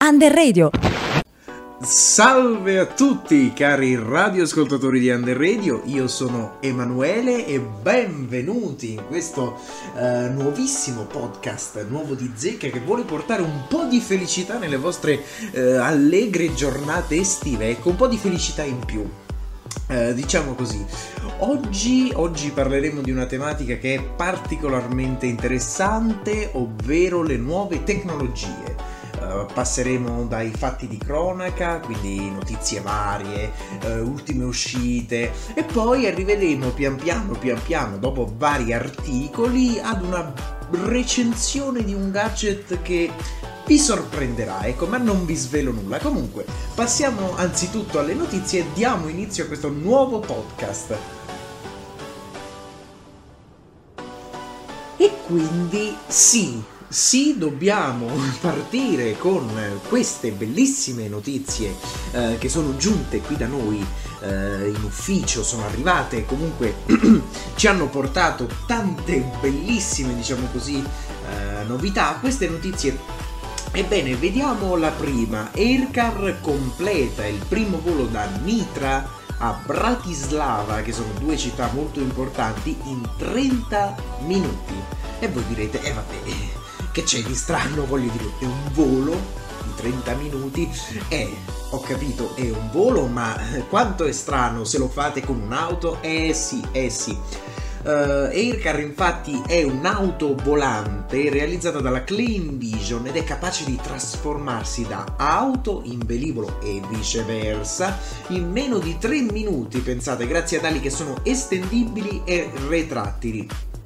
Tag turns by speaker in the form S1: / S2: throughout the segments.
S1: Under Radio.
S2: Salve a tutti cari radioascoltatori di Under Radio, io sono Emanuele e benvenuti in questo nuovissimo podcast nuovo di Zecca che vuole portare un po' di felicità nelle vostre allegre giornate estive, ecco, un po' di felicità in più. Diciamo così, oggi parleremo di una tematica che è particolarmente interessante, ovvero le nuove tecnologie. Passeremo dai fatti di cronaca, quindi notizie varie, ultime uscite, e poi arriveremo pian piano, dopo vari articoli, ad una recensione di un gadget che vi sorprenderà, ecco, ma non vi svelo nulla. Comunque, passiamo anzitutto alle notizie e diamo inizio a questo nuovo podcast. E quindi sì, dobbiamo partire con queste bellissime notizie che sono giunte qui da noi in ufficio, sono arrivate, comunque ci hanno portato tante bellissime, diciamo così, novità. Queste notizie, ebbene, vediamo la prima. Aircar completa il primo volo da Nitra a Bratislava, che sono due città molto importanti, in 30 minuti. E voi direte, vabbè, che c'è di strano? Voglio dire, è un volo di 30 minuti, ho capito, è un volo, ma quanto è strano se lo fate con un'auto? Sì. Aircar infatti è un'auto volante realizzata dalla Klein Vision ed è capace di trasformarsi da auto in velivolo e viceversa in meno di 3 minuti, pensate, grazie ad ali che sono estendibili e retrattili.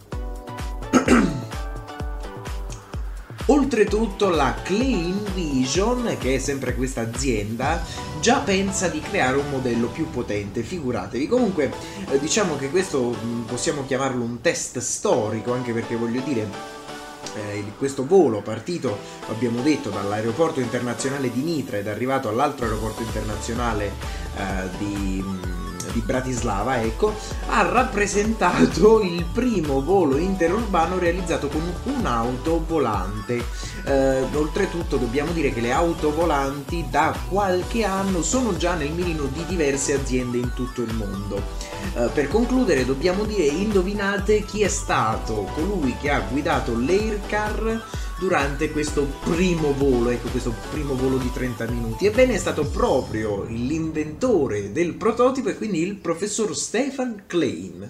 S2: Oltretutto la Klein Vision, che è sempre questa azienda, già pensa di creare un modello più potente, figuratevi. Comunque diciamo che questo possiamo chiamarlo un test storico, anche perché voglio dire, questo volo partito, abbiamo detto, dall'aeroporto internazionale di Nitra ed è arrivato all'altro aeroporto internazionale di Bratislava, ecco, ha rappresentato il primo volo interurbano realizzato con un'auto volante. Oltretutto dobbiamo dire che le auto volanti da qualche anno sono già nel mirino di diverse aziende in tutto il mondo. Per concludere dobbiamo dire, indovinate chi è stato colui che ha guidato l'Aircar durante questo primo volo, ecco, questo primo volo di 30 minuti. Ebbene, è stato proprio l'inventore del prototipo e quindi il professor Stefan Klein.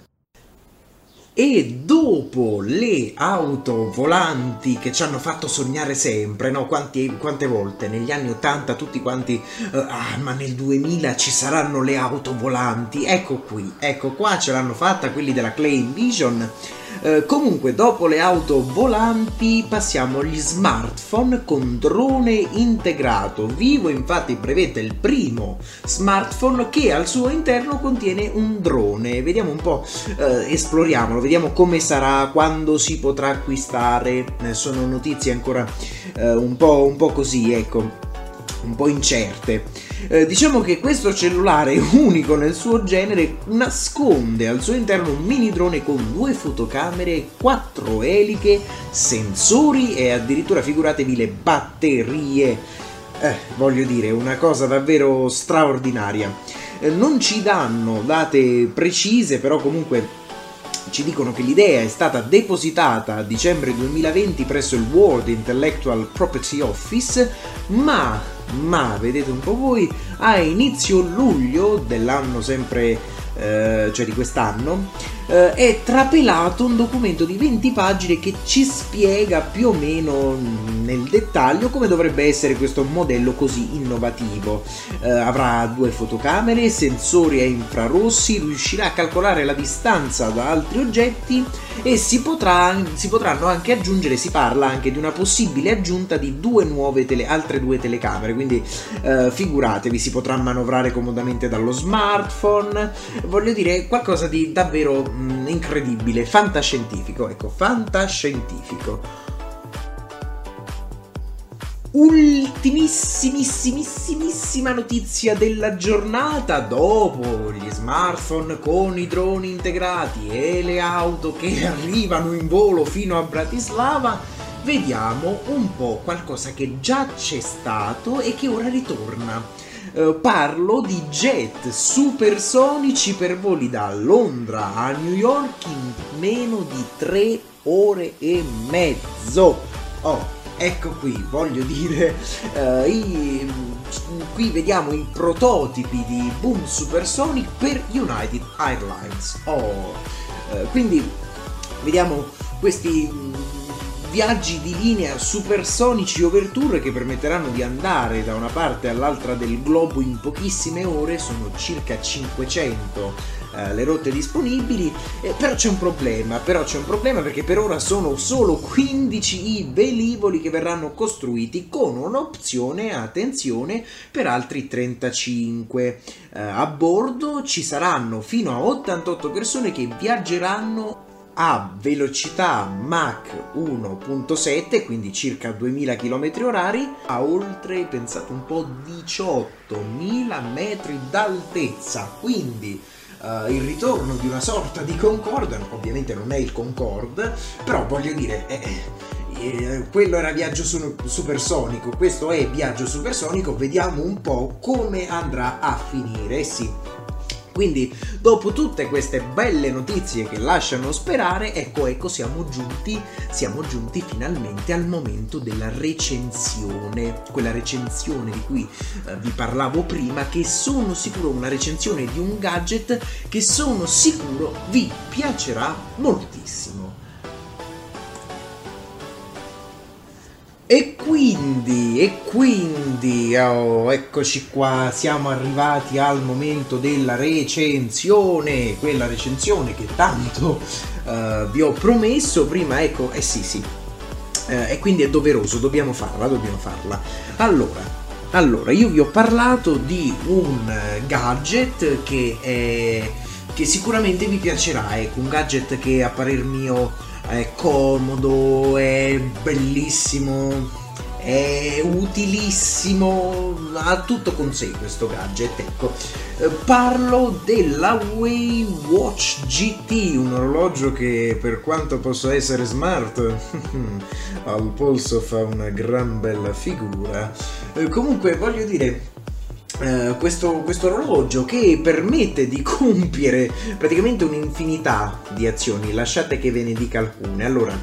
S2: E dopo le auto volanti che ci hanno fatto sognare sempre, no? Quante volte negli anni 80 tutti quanti ma nel 2000 ci saranno le auto volanti. Ecco qua ce l'hanno fatta quelli della Klein Vision. Comunque, dopo le auto volanti passiamo agli smartphone con drone integrato. Vivo infatti prevede il primo smartphone che al suo interno contiene un drone. Vediamo un po', esploriamolo, vediamo come sarà, quando si potrà acquistare. Sono notizie ancora un po' così, ecco, un po' incerte. Diciamo che questo cellulare unico nel suo genere nasconde al suo interno un mini drone con 2 fotocamere, 4 eliche, sensori e addirittura, figuratevi, le batterie. Voglio dire, una cosa davvero straordinaria. Non ci danno date precise, però comunque ci dicono che l'idea è stata depositata a dicembre 2020 presso il World Intellectual Property Office, ma vedete un po' voi, a inizio luglio dell'anno sempre, cioè di quest'anno, è trapelato un documento di 20 pagine che ci spiega più o meno nel dettaglio come dovrebbe essere questo modello così innovativo. Avrà 2 fotocamere, sensori a infrarossi, riuscirà a calcolare la distanza da altri oggetti e si potranno anche aggiungere, si parla anche di una possibile aggiunta di 2 nuove altre 2 telecamere, quindi figuratevi, si potrà manovrare comodamente dallo smartphone. Voglio dire, qualcosa di davvero incredibile, fantascientifico, ecco, fantascientifico. Ultimissimissima notizia della giornata: dopo gli smartphone con i droni integrati e le auto che arrivano in volo fino a Bratislava, vediamo un po' qualcosa che già c'è stato e che ora ritorna. Parlo di jet supersonici per voli da Londra a New York in meno di 3 ore e mezzo. Ecco qui, voglio dire, qui vediamo i prototipi di Boom Supersonic per United Airlines. Quindi vediamo questi viaggi di linea supersonici overtour che permetteranno di andare da una parte all'altra del globo in pochissime ore. Sono circa 500 le rotte disponibili, però c'è un problema perché per ora sono solo 15 i velivoli che verranno costruiti, con un'opzione, attenzione, per altri 35. A bordo ci saranno fino a 88 persone che viaggeranno a velocità Mach 1.7, quindi circa 2000 km/h, a oltre, pensate un po', 18.000 metri d'altezza. Quindi il ritorno di una sorta di Concorde, ovviamente non è il Concorde, però voglio dire, quello era viaggio supersonico, questo è viaggio supersonico, vediamo un po' come andrà a finire, sì. Quindi, dopo tutte queste belle notizie che lasciano sperare, ecco, siamo giunti finalmente al momento della recensione, quella recensione di cui vi parlavo prima, che sono sicuro una recensione di un gadget che sono sicuro vi piacerà moltissimo. E quindi, eccoci qua, siamo arrivati al momento della recensione, quella recensione che tanto vi ho promesso prima, ecco, e quindi è doveroso, dobbiamo farla. Allora, io vi ho parlato di un gadget che sicuramente vi piacerà, ecco, un gadget che a parer mio è comodo, è bellissimo, è utilissimo, ha tutto con sé questo gadget, ecco. Parlo della Huawei Watch GT, un orologio che, per quanto possa essere smart, al polso fa una gran bella figura. Comunque, voglio dire, questo orologio che permette di compiere praticamente un'infinità di azioni, lasciate che ve ne dica alcune. Allora,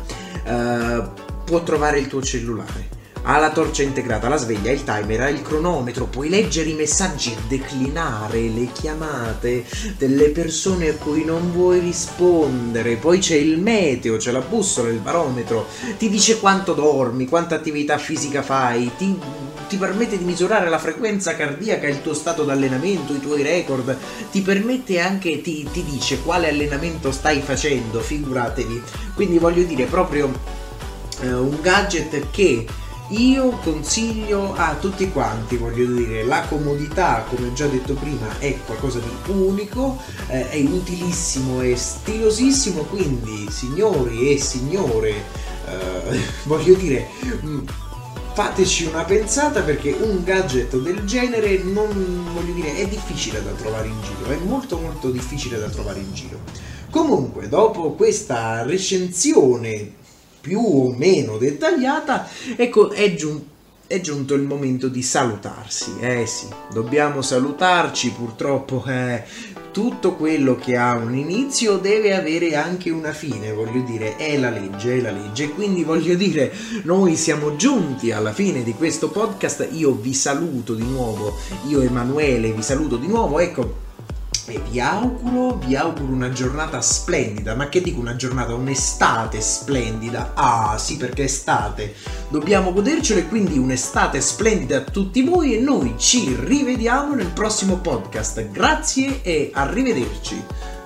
S2: può trovare il tuo cellulare, ha la torcia integrata, la sveglia, il timer, ha il cronometro, puoi leggere i messaggi, declinare le chiamate delle persone a cui non vuoi rispondere, poi c'è il meteo, c'è la bussola, il barometro, ti dice quanto dormi, quanta attività fisica fai, ti permette di misurare la frequenza cardiaca, il tuo stato d'allenamento, i tuoi record, ti permette anche, ti dice quale allenamento stai facendo, figuratevi. Quindi voglio dire, proprio un gadget che io consiglio a tutti quanti, voglio dire, la comodità, come ho già detto prima, è qualcosa di unico, è utilissimo, è stilosissimo, quindi signori e signore, voglio dire, fateci una pensata, perché un gadget del genere è difficile da trovare in giro, è molto molto difficile da trovare in giro. Comunque, dopo questa recensione più o meno dettagliata, ecco, è giunto il momento di salutarsi. Sì, dobbiamo salutarci, purtroppo tutto quello che ha un inizio deve avere anche una fine, voglio dire, è la legge, quindi voglio dire, noi siamo giunti alla fine di questo podcast, io vi saluto di nuovo, io Emanuele vi saluto di nuovo, ecco, e vi auguro una giornata splendida, ma che dico una giornata, un'estate splendida, sì, perché estate, dobbiamo godercelo, e quindi un'estate splendida a tutti voi, e noi ci rivediamo nel prossimo podcast. Grazie e arrivederci.